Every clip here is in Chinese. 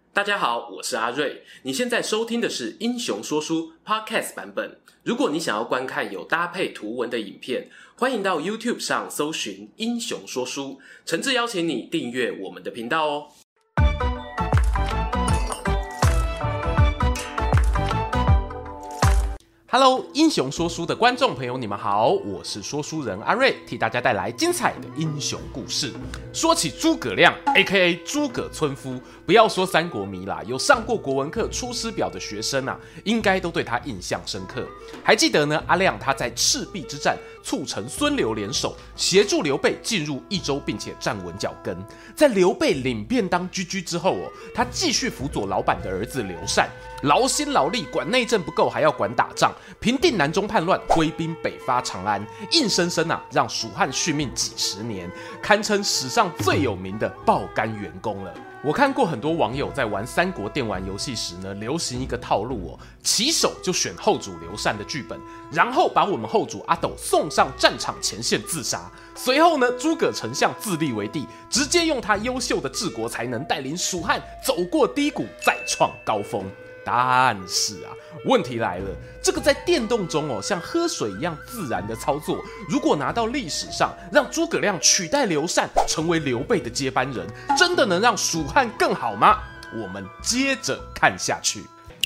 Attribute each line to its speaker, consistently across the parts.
Speaker 1: 大家好，我是阿瑞。你现在收听的是英雄说书 Podcast 版本。如果你想要观看有搭配图文的影片，欢迎到 YouTube 上搜寻英雄说书，诚挚邀请你订阅我们的频道哦。Hello， 英雄说书的观众朋友，你们好，我是说书人阿瑞，替大家带来精彩的英雄故事。说起诸葛亮 ，A.K.A. 诸葛村夫，不要说三国迷啦，有上过国文课《出师表》的学生啊，应该都对他印象深刻。还记得呢，阿亮他在赤壁之战促成孙刘联手，协助刘备进入益州，并且站稳脚跟。在刘备领便当居居之后他继续辅佐老板的儿子刘禅，劳心劳力，管内政不够，还要管打仗。平定南中叛乱，挥兵北伐长安，硬生生让蜀汉续命几十年，堪称史上最有名的爆肝员工了。我看过很多网友在玩三国电玩游戏时呢，流行一个套路起手就选后主刘禅的剧本，然后把我们后主阿斗送上战场前线自杀，随后呢，诸葛丞相自立为帝，直接用他优秀的治国才能带领蜀汉走过低谷，再创高峰。但是问题来了，这个在电动中像喝水一样自然的操作，如果拿到历史上，让诸葛亮取代刘禅成为刘备的接班人，真的能让蜀汉更好吗？我们接着看下去。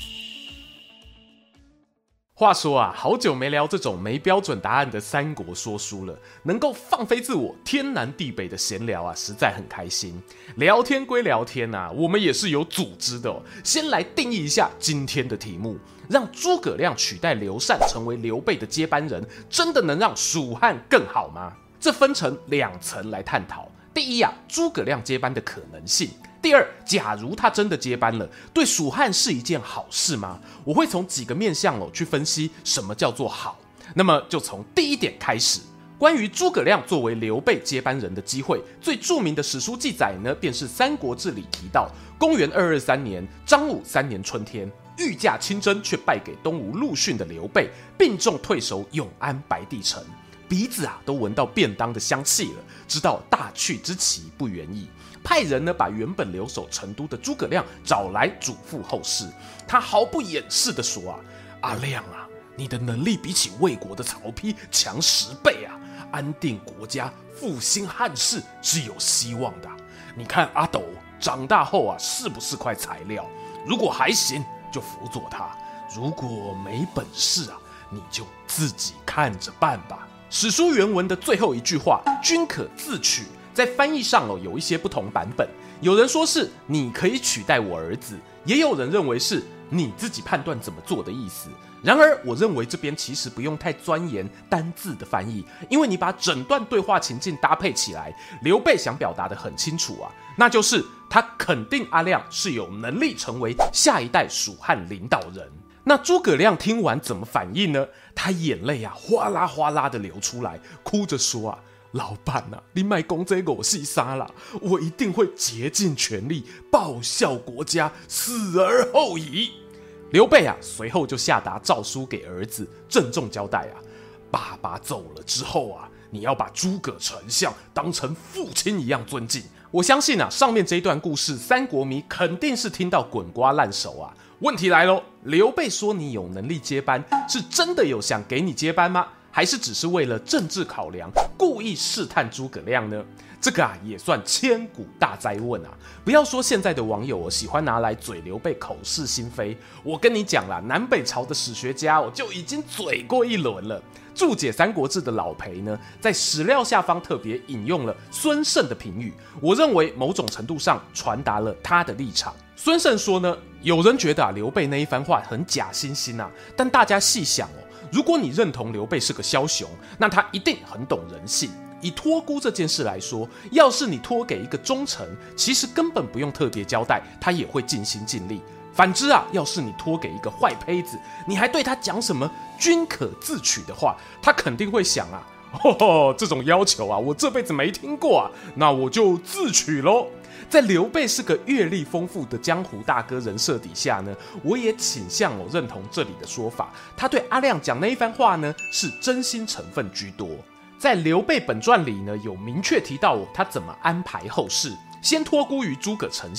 Speaker 1: 话说好久没聊这种没标准答案的三国说书了，能够放飞自我、天南地北的闲聊实在很开心。聊天归聊天我们也是有组织的先来定义一下今天的题目：让诸葛亮取代刘禅成为刘备的接班人，真的能让蜀汉更好吗？这分成两层来探讨。第一诸葛亮接班的可能性。第二，假如他真的接班了，对蜀汉是一件好事吗？我会从几个面向去分析什么叫做好。那么就从第一点开始。关于诸葛亮作为刘备接班人的机会，最著名的史书记载呢，便是《三国志》里提到，公元223年张武3年春天，御驾亲征却败给东吴陆逊的刘备，病重退守永安白帝城，鼻子都闻到便当的香气了，知道大去之期不远矣。派人呢把原本留守成都的诸葛亮找来嘱咐后事，他毫不掩饰地说阿亮你的能力比起魏国的曹丕强10倍安定国家、复兴汉室是有希望的。你看阿斗长大后是不是块材料？如果还行，就辅佐他；如果没本事你就自己看着办吧。史书原文的最后一句话“君可自取”，在翻译上有一些不同版本。有人说是你可以取代我儿子，也有人认为是你自己判断怎么做的意思。然而我认为这边其实不用太钻研单字的翻译，因为你把整段对话情境搭配起来，刘备想表达的很清楚那就是他肯定阿亮是有能力成为下一代蜀汉领导人。那诸葛亮听完怎么反应呢？他眼泪哗啦哗啦的流出来，哭着说老板你别说这5四三啦，我一定会竭尽全力报效国家，死而后已。刘备随后就下达诏书给儿子，郑重交代爸爸走了之后你要把诸葛丞相当成父亲一样尊敬。我相信上面这一段故事，三国迷肯定是听到滚瓜烂熟问题来咯，刘备说你有能力接班，是真的有想给你接班吗？还是只是为了政治考量，故意试探诸葛亮呢？这个也算千古大哉问不要说现在的网友喜欢拿来嘴刘备口是心非，我跟你讲啦，南北朝的史学家就已经嘴过一轮了。注解《三国志》的老裴呢，在史料下方特别引用了孙胜的评语，我认为某种程度上传达了他的立场。孙胜说呢，有人觉得刘备那一番话很假惺惺但大家细想如果你认同刘备是个枭雄，那他一定很懂人性。以托孤这件事来说，要是你托给一个忠臣，其实根本不用特别交代，他也会尽心尽力。反之要是你托给一个坏胚子，你还对他讲什么君可自取的话，他肯定会想这种要求我这辈子没听过那我就自取咯。在刘备是个阅历丰富的江湖大哥人设底下呢，我也倾向认同这里的说法，他对阿亮讲那一番话呢，是真心成分居多。在刘备本传里呢，有明确提到他怎么安排后事，先托孤于诸葛丞相，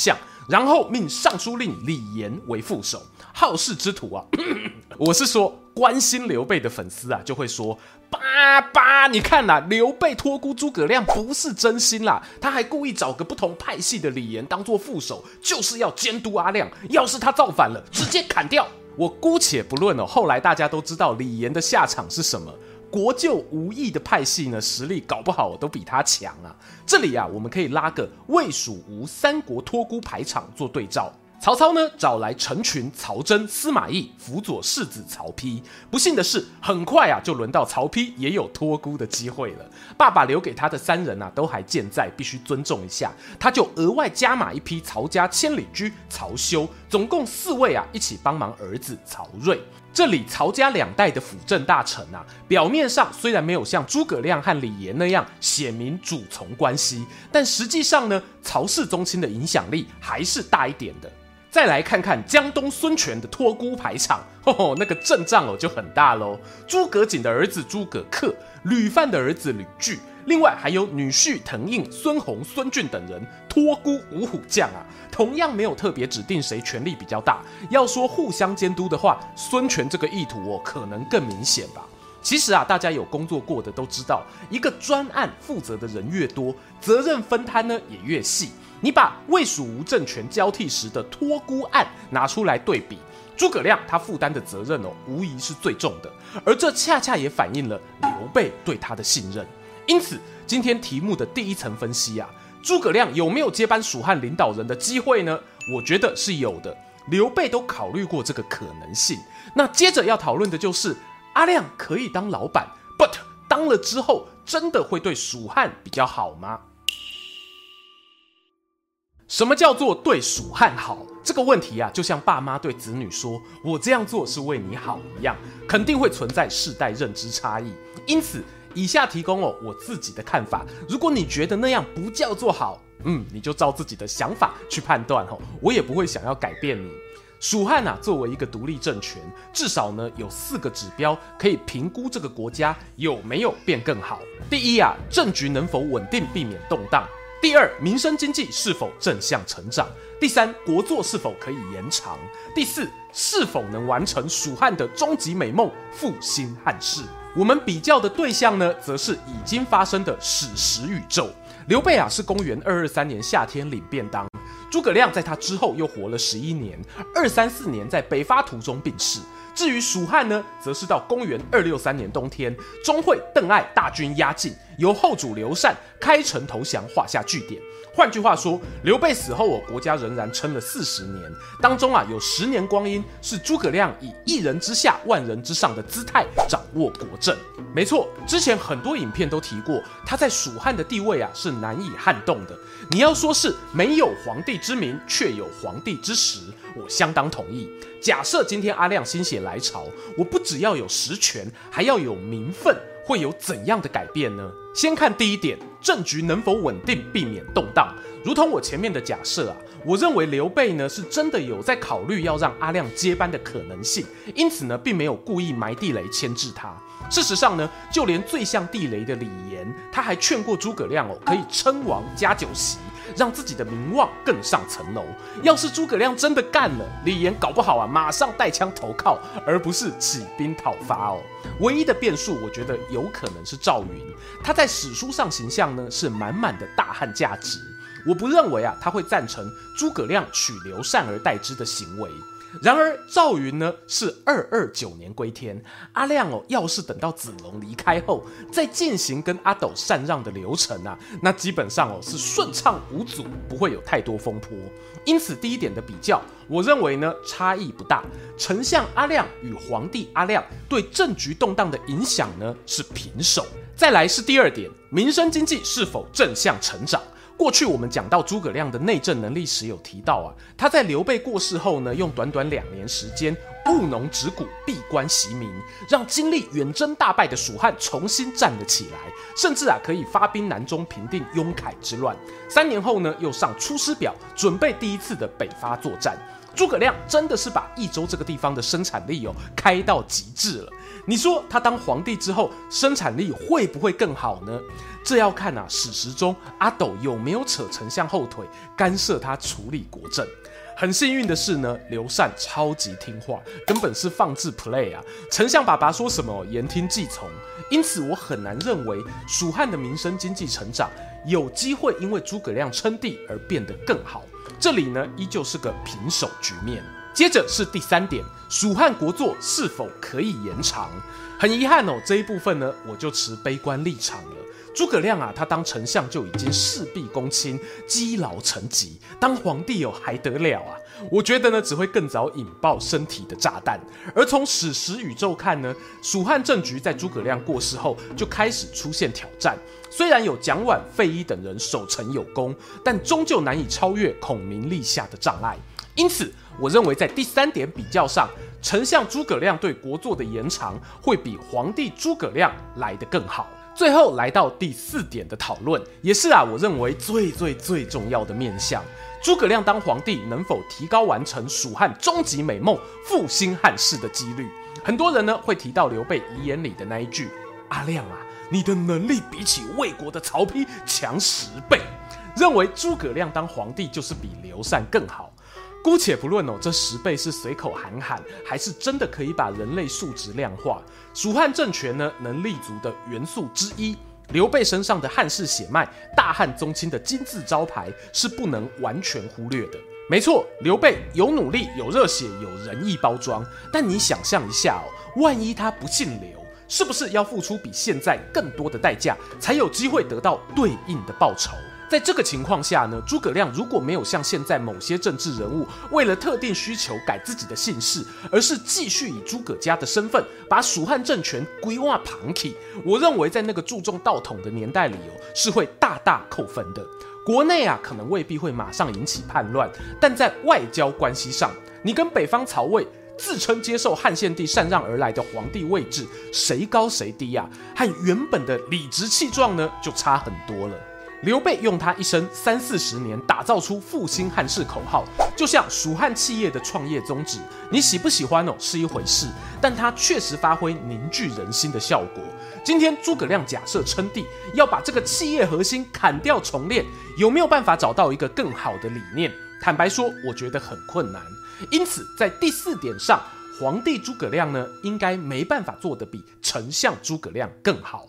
Speaker 1: 然后命尚书令李严为副手。好事之徒啊，我是说关心刘备的粉丝啊，就会说爸，你看啦，刘备托孤诸葛亮不是真心啦，他还故意找个不同派系的李严当做副手，就是要监督阿亮。要是他造反了，直接砍掉。我姑且不论哦，后来大家都知道李严的下场是什么。国舅无益的派系呢，实力搞不好都比他强啊。这里啊，我们可以拉个魏蜀吴三国托孤排场做对照。曹操呢，找来陈群、曹真、司马懿辅佐世子曹丕。不幸的是，很快啊就轮到曹丕也有托孤的机会了。爸爸留给他的3人啊，都还健在，必须尊重一下。他就额外加码一批曹家千里驹曹休，总共4位啊，一起帮忙儿子曹睿。这里曹家2代的辅政大臣啊，表面上虽然没有像诸葛亮和李严那样写明主从关系，但实际上呢，曹氏宗亲的影响力还是大一点的。再来看看江东孙权的托孤排场，那个阵仗就很大咯。诸葛瑾的儿子诸葛恪，吕范的儿子吕据，另外还有女婿滕胤、孙弘、孙峻等人托孤五虎将啊，同样没有特别指定谁权力比较大。要说互相监督的话，孙权这个意图可能更明显吧。其实啊，大家有工作过的都知道，一个专案负责的人越多，责任分摊呢也越细。你把魏蜀吴政权交替时的托孤案拿出来对比，诸葛亮他负担的责任无疑是最重的，而这恰恰也反映了刘备对他的信任。因此，今天题目的第一层分析啊，诸葛亮有没有接班蜀汉领导人的机会呢？我觉得是有的，刘备都考虑过这个可能性。那接着要讨论的就是阿亮可以当老板 ，but 当了之后真的会对蜀汉比较好吗？什么叫做对蜀汉好？这个问题啊，就像爸妈对子女说“我这样做是为你好”一样，肯定会存在世代认知差异。因此，以下提供我自己的看法。如果你觉得那样不叫做好，你就照自己的想法去判断我也不会想要改变你。蜀汉啊，作为一个独立政权，至少呢有4个指标可以评估这个国家有没有变更好。第一啊，政局能否稳定，避免动荡。第2，民生经济是否正向成长。第3，国祚是否可以延长。第4，是否能完成蜀汉的终极美梦，复兴汉室。我们比较的对象呢，则是已经发生的史实宇宙。刘备啊，是公元223年夏天领便当，诸葛亮在他之后又活了11年，234年在北伐途中病逝。至于蜀汉呢，则是到公元263年冬天，钟会、邓艾大军压境，由后主刘禅开城投降，画下句点。换句话说，刘备死后，国家仍然撑了40年，当中啊有10年光阴是诸葛亮以一人之下万人之上的姿态掌握国政。没错，之前很多影片都提过，他在蜀汉的地位啊是难以撼动的。你要说是没有皇帝之名，却有皇帝之实，我相当同意。假设今天阿亮心血来潮，我不只要有实权，还要有名分，会有怎样的改变呢？先看第一点，政局能否稳定，避免动荡。如同我前面的假设啊，我认为刘备呢是真的有在考虑要让阿亮接班的可能性，因此呢并没有故意埋地雷牵制他。事实上呢，就连最像地雷的李严，他还劝过诸葛亮可以称王加酒席，让自己的名望更上层楼。要是诸葛亮真的干了，李严搞不好啊马上带枪投靠，而不是起兵讨伐哦。唯一的变数，我觉得有可能是赵云，他在史书上形象呢是满满的大汉价值。我不认为啊他会赞成诸葛亮取刘禅而代之的行为。然而赵云呢是229年归天，阿亮要是等到子龙离开后再进行跟阿斗禅让的流程啊，那基本上是顺畅无阻，不会有太多风波。因此第一点的比较，我认为呢差异不大，丞相阿亮与皇帝阿亮对政局动荡的影响呢是平手。再来是第2点，民生经济是否正向成长。过去我们讲到诸葛亮的内政能力时有提到啊，他在刘备过世后呢，用短短2年时间务农植谷，闭关习民，让经历远征大败的蜀汉重新站了起来，甚至可以发兵南中平定雍凯之乱。3年后呢，又上出师表，准备第一次的北伐作战。诸葛亮真的是把益州这个地方的生产力开到极致了。你说他当皇帝之后，生产力会不会更好呢？这要看史实中阿斗有没有扯丞相后腿，干涉他处理国政。很幸运的是呢，刘禅超级听话，根本是放置 play 丞相爸爸说什么言听计从。因此我很难认为蜀汉的民生经济成长有机会因为诸葛亮称帝而变得更好。这里呢，依旧是个平手局面。接着是第3点，蜀汉国祚是否可以延长？很遗憾这一部分呢，我就持悲观立场了。诸葛亮他当丞相就已经事必躬亲，积劳成疾，当皇帝还得了啊？我觉得呢，只会更早引爆身体的炸弹。而从史实宇宙看呢，蜀汉政局在诸葛亮过世后就开始出现挑战。虽然有蒋琬、费祎等人守城有功，但终究难以超越孔明立下的障碍。因此，我认为在第3点比较上，丞相诸葛亮对国祚的延长会比皇帝诸葛亮来得更好。最后来到第4点的讨论，也是我认为最重要的面向：诸葛亮当皇帝能否提高完成蜀汉终极美梦复兴汉室的几率？很多人呢会提到刘备遗言里的那一句：“阿亮你的能力比起魏国的曹丕强10倍。”认为诸葛亮当皇帝就是比刘禅更好。姑且不论这10倍是随口喊喊，还是真的可以把人类素质量化。蜀汉政权呢能立足的元素之一，刘备身上的汉室血脉、大汉宗亲的金字招牌是不能完全忽略的。没错，刘备有努力、有热血、有仁义包装，但你想象一下万一他不姓刘，是不是要付出比现在更多的代价，才有机会得到对应的报酬？在这个情况下呢，诸葛亮如果没有像现在某些政治人物为了特定需求改自己的姓氏，而是继续以诸葛家的身份把蜀汉政权规划旁起，我认为在那个注重道统的年代里是会大大扣分的。国内可能未必会马上引起叛乱，但在外交关系上，你跟北方曹魏自称接受汉献帝禅让而来的皇帝位置，谁高谁低和原本的理直气壮呢就差很多了。刘备用他一生30-40年打造出复兴汉室口号，就像蜀汉企业的创业宗旨，你喜不喜欢是一回事，但它确实发挥凝聚人心的效果。今天诸葛亮假设称帝，要把这个企业核心砍掉重练，有没有办法找到一个更好的理念？坦白说，我觉得很困难。因此，在第4点上，皇帝诸葛亮呢，应该没办法做得比丞相诸葛亮更好。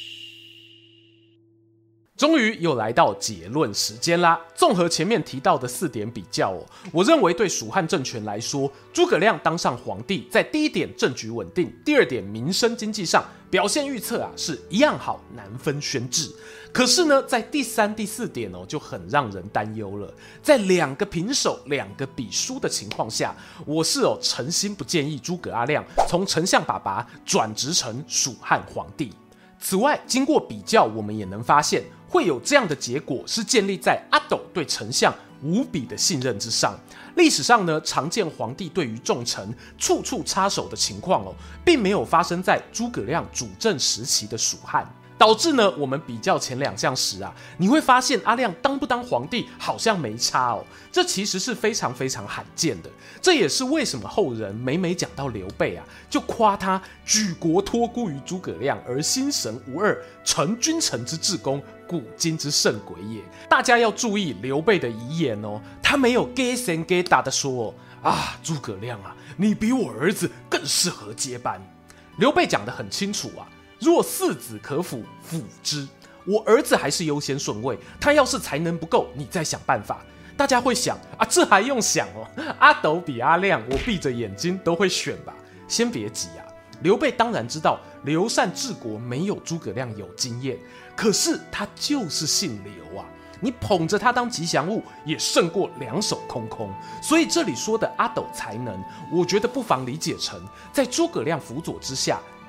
Speaker 1: 终于又来到结论时间啦！综合前面提到的4点比较我认为对蜀汉政权来说，诸葛亮当上皇帝，在第1点政局稳定，第2点民生经济上表现预测是一样好，难分轩轾。可是呢，在第3、第4点就很让人担忧了。在2个平手、2个比输的情况下，我是诚心不建议诸葛阿亮从丞相爸爸转职成蜀汉皇帝。此外，经过比较，我们也能发现，会有这样的结果是建立在阿斗对丞相无比的信任之上。历史上呢，常见皇帝对于重臣处处插手的情况并没有发生在诸葛亮主政时期的蜀汉。导致呢，我们比较前2项时你会发现阿亮当不当皇帝好像没差这其实是非常非常罕见的。这也是为什么后人每讲到刘备就夸他举国托孤于诸葛亮，而心神无二，成君臣之至公，古今之圣鬼也。大家要注意刘备的遗言他没有给神给打的说诸葛亮你比我儿子更适合接班。刘备讲得很清楚若4子可辅，辅之。我儿子还是优先顺位，他要是才能不够，你再想办法。大家会想这还用想阿斗比阿亮，我闭着眼睛都会选吧。先别急刘备当然知道刘禅治国没有诸葛亮有经验，可是他就是姓刘你捧着他当吉祥物，也胜过2手空空。所以这里说的阿斗才能，我觉得不妨理解成，在诸葛亮辅佐之下，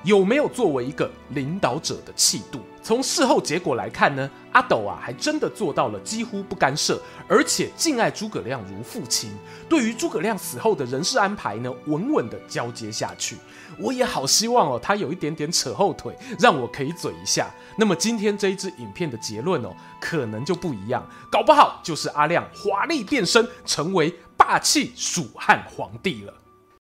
Speaker 1: 有没有作为一个领导者的气度。从事后结果来看呢，阿斗啊还真的做到了几乎不干涉，而且敬爱诸葛亮如父亲。对于诸葛亮死后的人事安排呢，稳稳的交接下去。我也好希望哦，他有一点点扯后腿，让我可以嘴一下。那么今天这一支影片的结论哦，可能就不一样，搞不好就是阿亮华丽变身，成为霸气蜀汉皇帝了。